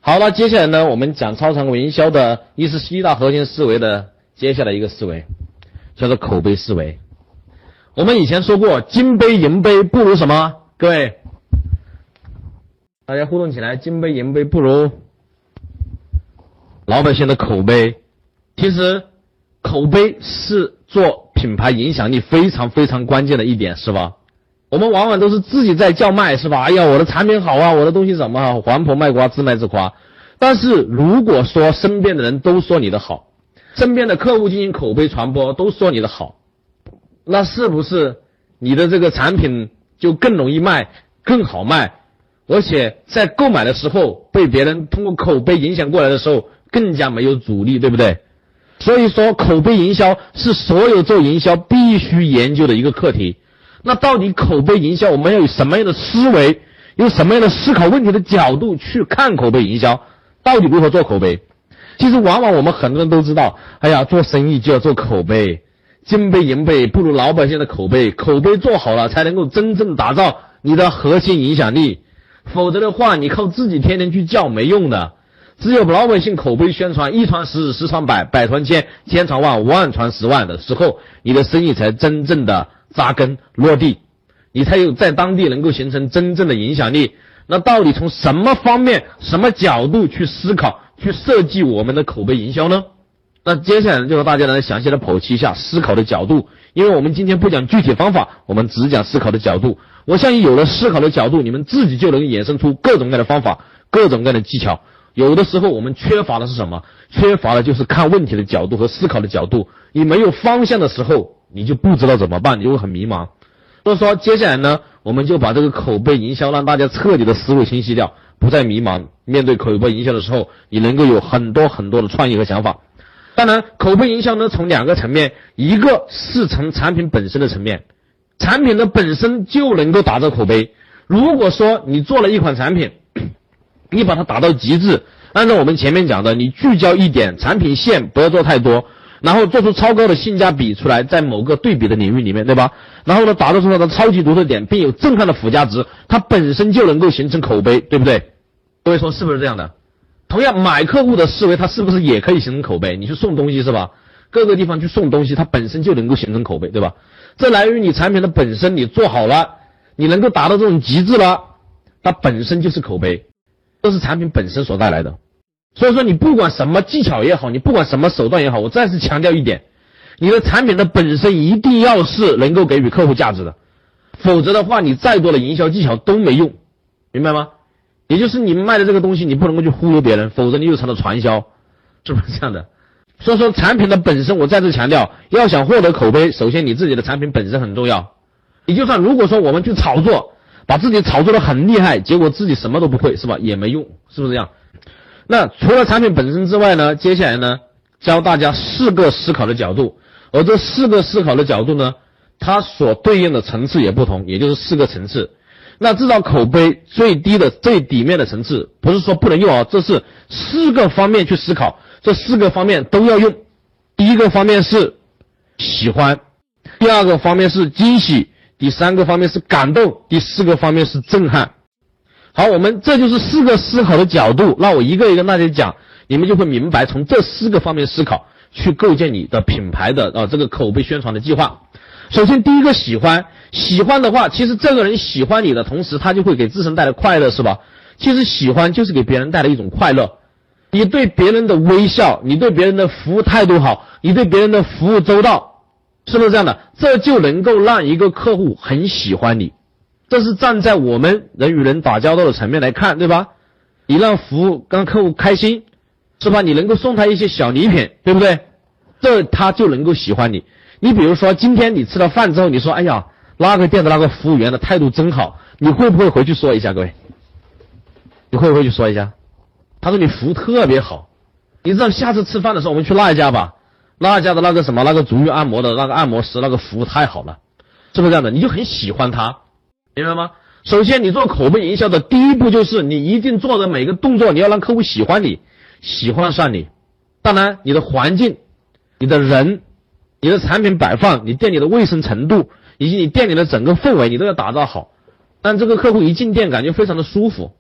好了，接下来呢，我们讲超常规营销的17大核心思维的接下来一个思维，叫做口碑思维。我们以前说过，金杯银杯不如什么？各位，大家互动起来，金杯银杯不如老百姓的口碑。其实，口碑是做品牌影响力非常非常关键的一点，是吧？我们往往都是自己在叫卖，是吧？哎呀，我的产品好啊，我的东西怎么好？黄婆卖瓜，自卖自夸。但是如果说身边的人都说你的好，身边的客户进行口碑传播都说你的好，那是不是你的这个产品就更容易卖，更好卖，而且在购买的时候被别人通过口碑影响过来的时候更加没有阻力，对不对？所以说口碑营销是所有做营销必须研究的一个课题。那到底口碑营销我们要有什么样的思维，有什么样的思考问题的角度去看口碑营销，到底如何做口碑？其实往往我们很多人都知道，哎呀，做生意就要做口碑，金杯银杯不如老百姓的口碑，口碑做好了才能够真正打造你的核心影响力，否则的话你靠自己天天去叫没用的。只有老百姓口碑宣传，一传十，十传百，百传千，千传万，万传十万的时候，你的生意才真正的扎根落地，你才有在当地能够形成真正的影响力。那到底从什么方面什么角度去思考去设计我们的口碑营销呢？那接下来就和大家来详细的剖析一下思考的角度，因为我们今天不讲具体方法，我们只讲思考的角度。我相信有了思考的角度，你们自己就能衍生出各种各样的方法，各种各样的技巧。有的时候我们缺乏的是什么？缺乏的就是看问题的角度和思考的角度。你没有方向的时候，你就不知道怎么办，你就会很迷茫。所以说接下来呢，我们就把这个口碑营销让大家彻底的思维清晰掉，不再迷茫。面对口碑营销的时候，你能够有很多很多的创意和想法。当然口碑营销呢，从两个层面，一个是从产品本身的层面，产品的本身就能够打造口碑。如果说你做了一款产品，你把它打到极致，按照我们前面讲的，你聚焦一点，产品线不要做太多，然后做出超高的性价比出来，在某个对比的领域里面，对吧？然后呢，打造出它的超级独特点，并有震撼的附加值，它本身就能够形成口碑，对不对？各位说是不是这样的？同样买客户的思维，它是不是也可以形成口碑？你去送东西是吧？各个地方去送东西，它本身就能够形成口碑，对吧？这来源于你产品的本身，你做好了，你能够达到这种极致了，它本身就是口碑，这是产品本身所带来的。所以说你不管什么技巧也好，你不管什么手段也好，我再次强调一点，你的产品的本身一定要是能够给予客户价值的，否则的话你再多的营销技巧都没用，明白吗？也就是你卖的这个东西你不能够去忽悠别人，否则你就成了传销，是不是这样的？所以说产品的本身，我再次强调，要想获得口碑，首先你自己的产品本身很重要。你就算如果说我们去炒作，把自己炒作的很厉害，结果自己什么都不会，是吧？也没用，是不是这样？那除了产品本身之外呢，接下来呢，教大家4个思考的角度，而这4个思考的角度呢，它所对应的层次也不同，也就是4个层次。那制造口碑最低的最底面的层次，不是说不能用啊，这是4个方面去思考，这4个方面都要用。第一个方面是喜欢，第二个方面是惊喜，第3个方面是感动，第4个方面是震撼。好，我们这就是4个思考的角度，那我一个一个跟大家讲，你们就会明白从这4个方面思考去构建你的品牌的这个口碑宣传的计划。首先第一个喜欢，喜欢的话，其实这个人喜欢你的同时，他就会给自身带来快乐，是吧？其实喜欢就是给别人带来一种快乐。你对别人的微笑，你对别人的服务态度好，你对别人的服务周到，是不是这样的？这就能够让一个客户很喜欢你。这是站在我们人与人打交道的层面来看，对吧？你让客户开心，是吧？你能够送他一些小礼品，对不对？这他就能够喜欢你。你比如说今天你吃了饭之后，你说哎呀，那个店的那个服务员的态度真好，你会不会回去说一下？各位，你会不会去说一下？他说你服务特别好，你知道下次吃饭的时候我们去那一家吧，那一家的那个什么那个足浴按摩的那个按摩师那个服务太好了，是不是这样的？你就很喜欢他，明白吗？首先你做口碑营销的第一步就是你一定做的每个动作你要让客户喜欢你，喜欢上你。当然你的环境，你的人，你的产品摆放，你店里的卫生程度，以及你店里的整个氛围你都要打造好，让这个客户一进店感觉非常的舒服。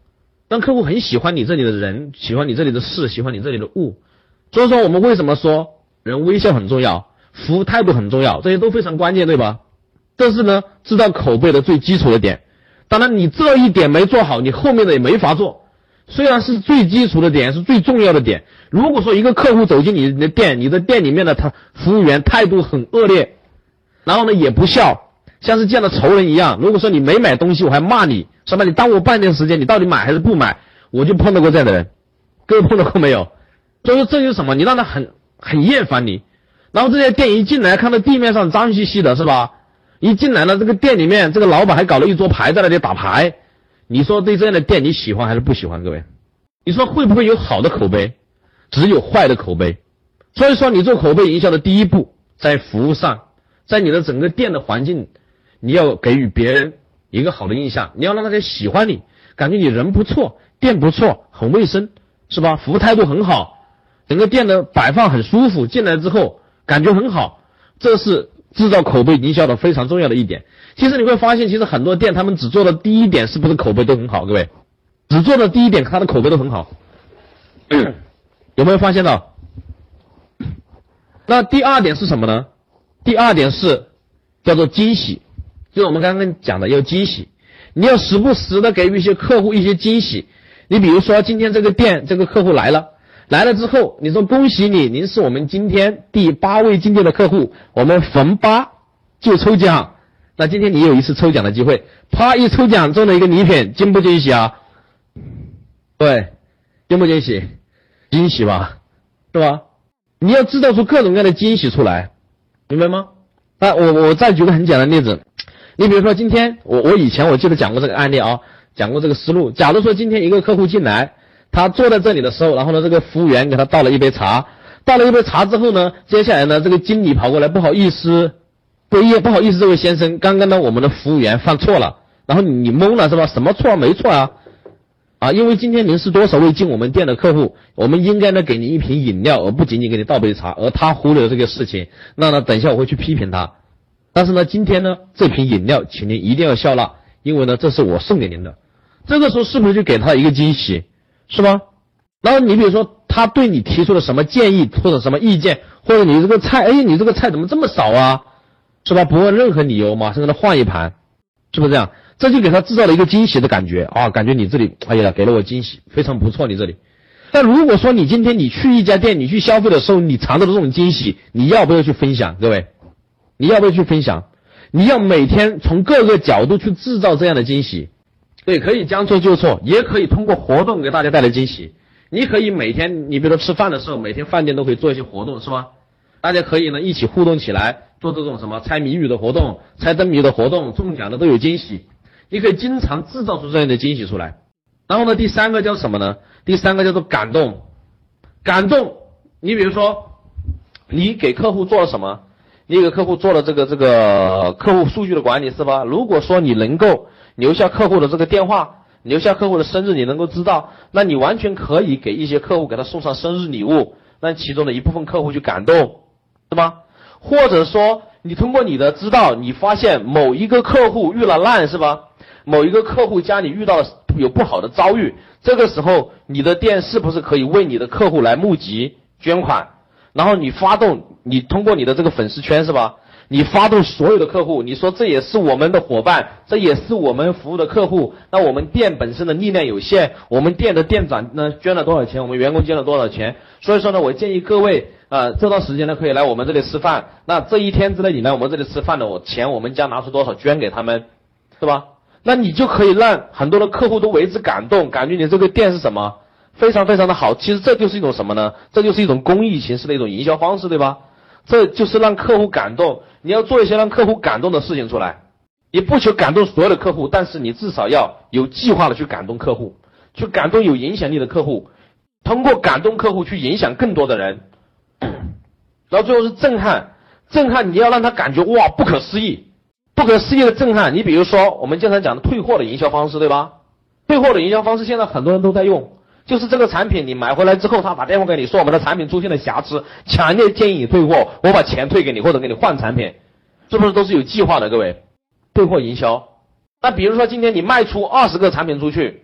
让客户很喜欢你这里的人，喜欢你这里的事，喜欢你这里的物。所以说我们为什么说人微笑很重要，服务态度很重要，这些都非常关键，对吧？这是呢制造口碑的最基础的点。当然你这一点没做好，你后面的也没法做。虽然是最基础的点，是最重要的点。如果说一个客户走进你的店，你的店里面的他服务员态度很恶劣，然后呢也不笑，像是见了仇人一样。如果说你没买东西我还骂你，什么你耽误我半天时间，你到底买还是不买？我就碰到过这样的人，各位碰到过没有？所以说这就是什么？你让他很厌烦你。然后这些店一进来看到地面上脏兮兮的，是吧？一进来了，这个店里面这个老板还搞了一桌牌在那里打牌。你说对这样的店你喜欢还是不喜欢？各位，你说会不会有好的口碑？只有坏的口碑。所以说你做口碑营销的第一步，在服务上，在你的整个店的环境，你要给予别人一个好的印象，你要让大家喜欢你，感觉你人不错，店不错，很卫生，是吧？服务态度很好，整个店的摆放很舒服，进来之后感觉很好，这是制造口碑营销的非常重要的一点。其实你会发现，其实很多店他们只做的第一点是不是口碑都很好？各位，只做的第一点他的口碑都很好，有没有发现到？那第二点是什么呢？第二点是叫做惊喜，就是我们刚刚讲的要惊喜，你要时不时的给予一些客户一些惊喜。你比如说今天这个店这个客户来了之后，你说恭喜你，您是我们今天第8位进店的客户，我们逢8就抽奖。那今天你有一次抽奖的机会，啪一抽奖中了一个礼品，惊不惊喜啊？对，惊不惊喜？惊喜吧，是吧？你要制造出各种各样的惊喜出来，明白吗？我再举个很简单的例子，你比如说今天我以前我记得讲过这个案例啊，讲过这个思路。假如说今天一个客户进来，他坐在这里的时候，然后呢这个服务员给他倒了一杯茶，之后呢，接下来呢这个经理跑过来，不好意思这位先生，刚刚呢我们的服务员犯错了。然后你懵了是吧？什么错？没错啊，因为今天您是多少位进我们店的客户，我们应该呢给您一瓶饮料，而不仅仅给你倒杯茶，而他忽略了这个事情，那呢等一下我会去批评他。但是呢今天呢这瓶饮料请您一定要笑纳，因为呢这是我送给您的。这个时候是不是就给他一个惊喜，是吧？然后你比如说他对你提出了什么建议或者什么意见，或者你这个菜，你这个菜怎么这么少啊，是吧？不问任何理由，马上给他换一盘，是不是这样？这就给他制造了一个惊喜的感觉啊，感觉你这里给了我惊喜，非常不错你这里。但如果说你今天你去一家店，你去消费的时候，你尝到的这种惊喜，你要不要去分享？各位，你要不要去分享？你要每天从各个角度去制造这样的惊喜。对，可以将错就错，也可以通过活动给大家带来惊喜。你可以每天，你比如说吃饭的时候，每天饭店都可以做一些活动，是吧？大家可以呢一起互动起来，做这种什么猜谜语的活动、猜灯谜的活动，中奖的都有惊喜。你可以经常制造出这样的惊喜出来。然后呢，第三个叫什么呢？第三个叫做感动。感动，你比如说，你给客户做了什么？你给客户做了这个客户数据的管理，是吧？如果说你能够留下客户的这个电话，留下客户的生日，你能够知道，那你完全可以给一些客户给他送上生日礼物，让其中的一部分客户去感动，是吧？或者说你通过你的知道，你发现某一个客户遇了难，是吧？某一个客户家里遇到了有不好的遭遇，这个时候你的店是不是可以为你的客户来募集捐款？然后你通过你的这个粉丝圈，是吧？你发动所有的客户，你说这也是我们的伙伴，这也是我们服务的客户。那我们店本身的力量有限，我们店的店长呢捐了多少钱，我们员工捐了多少钱，所以说呢我建议各位这段时间呢可以来我们这里吃饭，那这一天之内你来我们这里吃饭的钱我们将拿出多少捐给他们，是吧？那你就可以让很多的客户都为之感动，感觉你这个店是什么非常非常的好。其实这就是一种什么呢？这就是一种公益形式的一种营销方式，对吧？这就是让客户感动，你要做一些让客户感动的事情出来。你不求感动所有的客户，但是你至少要有计划的去感动客户，去感动有影响力的客户，通过感动客户去影响更多的人。然后最后是震撼，你要让他感觉哇不可思议的震撼。你比如说我们经常讲的退货的营销方式，对吧？退货的营销方式现在很多人都在用，就是这个产品你买回来之后，他打电话给你说我们的产品出现了瑕疵，强烈建议你退货，我把钱退给你或者给你换产品，是不是都是有计划的？各位，退货营销。那比如说今天你卖出20个产品出去，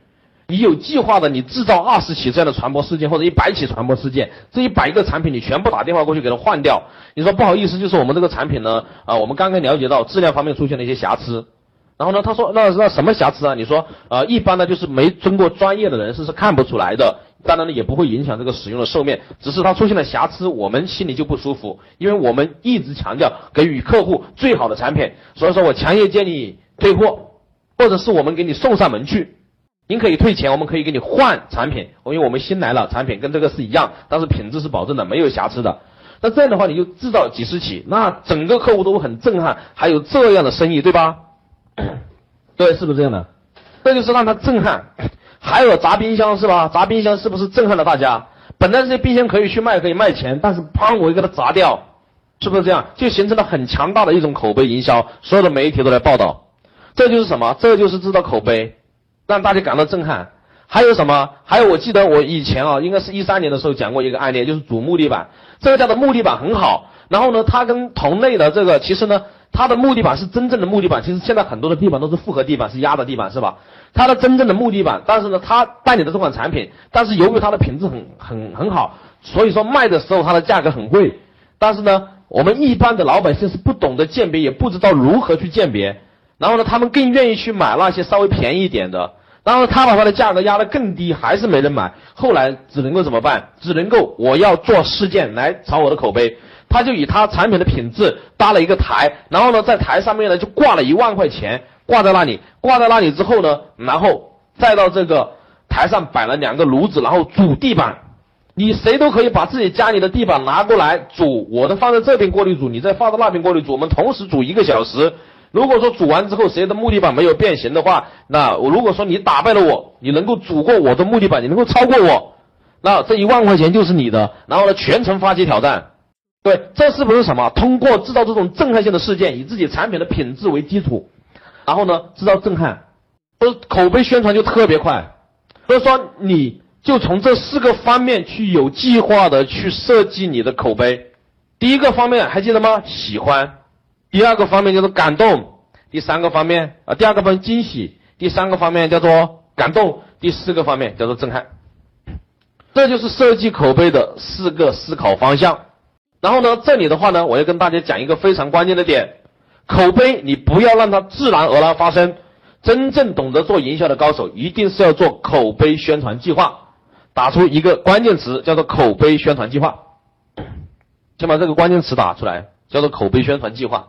你有计划的，你制造20起这样的传播事件或者100起传播事件，这100个产品你全部打电话过去给它换掉。你说不好意思，就是我们这个产品呢，我们刚刚了解到质量方面出现了一些瑕疵。然后呢，他说那什么瑕疵啊？你说一般呢就是没经过专业的人士是看不出来的，当然呢也不会影响这个使用的寿命，只是它出现了瑕疵，我们心里就不舒服，因为我们一直强调给予客户最好的产品，所以说我强烈建议退货，或者是我们给你送上门去。您可以退钱，我们可以给你换产品，因为我们新来了，产品跟这个是一样，但是品质是保证的，没有瑕疵的。那这样的话，你就制造几十起，那整个客户都很震撼，还有这样的生意，对吧？对，是不是这样的？这就是让他震撼。还有砸冰箱是吧？砸冰箱是不是震撼了大家？本来这些冰箱可以去卖，可以卖钱，但是砰，我给它砸掉，是不是这样？就形成了很强大的一种口碑营销，所有的媒体都来报道。这就是什么？这就是制造口碑，让大家感到震撼。还有什么？还有我记得我以前应该是13年的时候讲过一个案例，就是主木地板。这个家的木地板很好，然后呢，它跟同类的这个其实呢，它的木地板是真正的木地板。其实现在很多的地板都是复合地板，是压的地板，是吧？它的真正的木地板，但是呢，它代理的这款产品，但是由于它的品质很好，所以说卖的时候它的价格很贵。但是呢，我们一般的老百姓是不懂得鉴别，也不知道如何去鉴别。然后呢，他们更愿意去买那些稍微便宜一点的。然后他把他的价格压得更低，还是没人买。后来只能够怎么办？只能够我要做事件来炒我的口碑。他就以他产品的品质搭了一个台，然后呢，在台上面呢就挂了1万块钱，挂在那里。挂在那里之后呢，然后再到这个台上摆了2个炉子，然后煮地板。你谁都可以把自己家里的地板拿过来煮，我的放在这边过滤煮，你再放到那边过滤煮，我们同时煮1个小时。如果说煮完之后谁的木地板没有变形的话，那如果说你打败了我，你能够煮过我的木地板，你能够超过我，那这1万块钱就是你的。然后呢，全程发起挑战。对，这是不是什么？通过制造这种震撼性的事件，以自己产品的品质为基础，然后呢制造震撼，口碑宣传就特别快。所以说你就从这4个方面去有计划的去设计你的口碑。第一个方面还记得吗？喜欢。第2个方面叫做感动，第3个方面第2个方面惊喜，第3个方面叫做感动，第4个方面叫做震撼。这就是设计口碑的4个思考方向。然后呢，这里的话呢，我要跟大家讲一个非常关键的点，口碑你不要让它自然而然发生。真正懂得做营销的高手，一定是要做口碑宣传计划。打出一个关键词叫做口碑宣传计划，先把这个关键词打出来，叫做口碑宣传计划。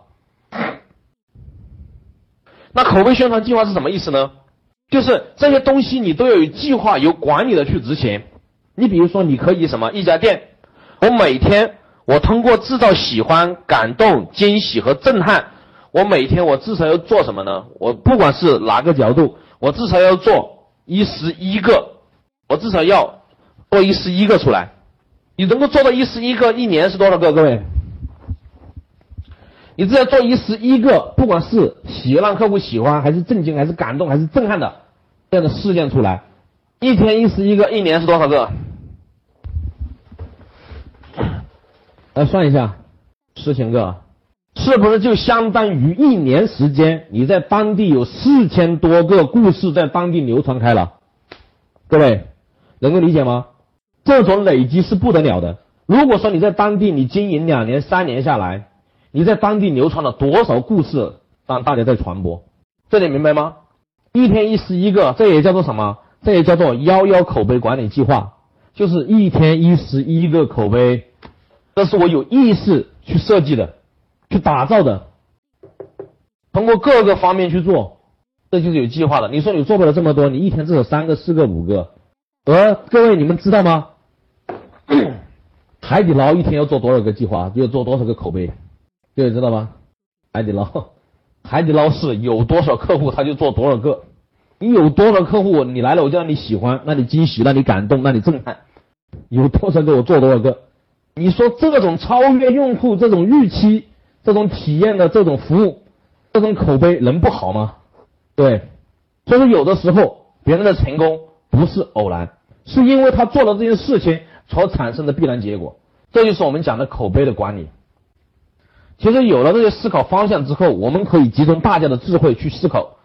那口碑宣传计划是什么意思呢？就是这些东西你都要有计划、有管理的去执行。你比如说，你可以什么？一家店，我每天我通过制造喜欢、感动、惊喜和震撼，我每天我至少要做什么呢？我不管是哪个角度，我至少要做11个，我至少要做11个出来。你能够做到11个，一年是多少个？各位？你只要做11个，不管是让客户喜欢，还是震惊，还是感动，还是震撼的这样的事件出来，一天11个，一年是多少个？来算一下，1000个，是不是就相当于1年时间，你在当地有4000多个故事在当地流传开了？各位能够理解吗？这种累积是不得了的。如果说你在当地你经营2年3年下来，你在当地流传了多少故事让大家在传播？这点明白吗？一天11个，这也叫做什么？这也叫做11口碑管理计划，就是一天11个口碑。这是我有意识去设计的，去打造的，通过各个方面去做，这就是有计划的。你说你做不了这么多，你一天至少3个、4个、5个。而各位你们知道吗？海底捞一天要做多少个计划，要做多少个口碑？各位知道吗？海底捞是有多少客户他就做多少个，你有多少客户你来了我就让你喜欢，让你惊喜，让你感动，让你震撼，有多少个我做多少个。你说这种超越用户这种预期，这种体验的这种服务，这种口碑能不好吗？对，所以说有的时候别人的成功不是偶然，是因为他做了这件事情所产生的必然结果。这就是我们讲的口碑的管理。其实有了这些思考方向之后，我们可以集中大家的智慧去思考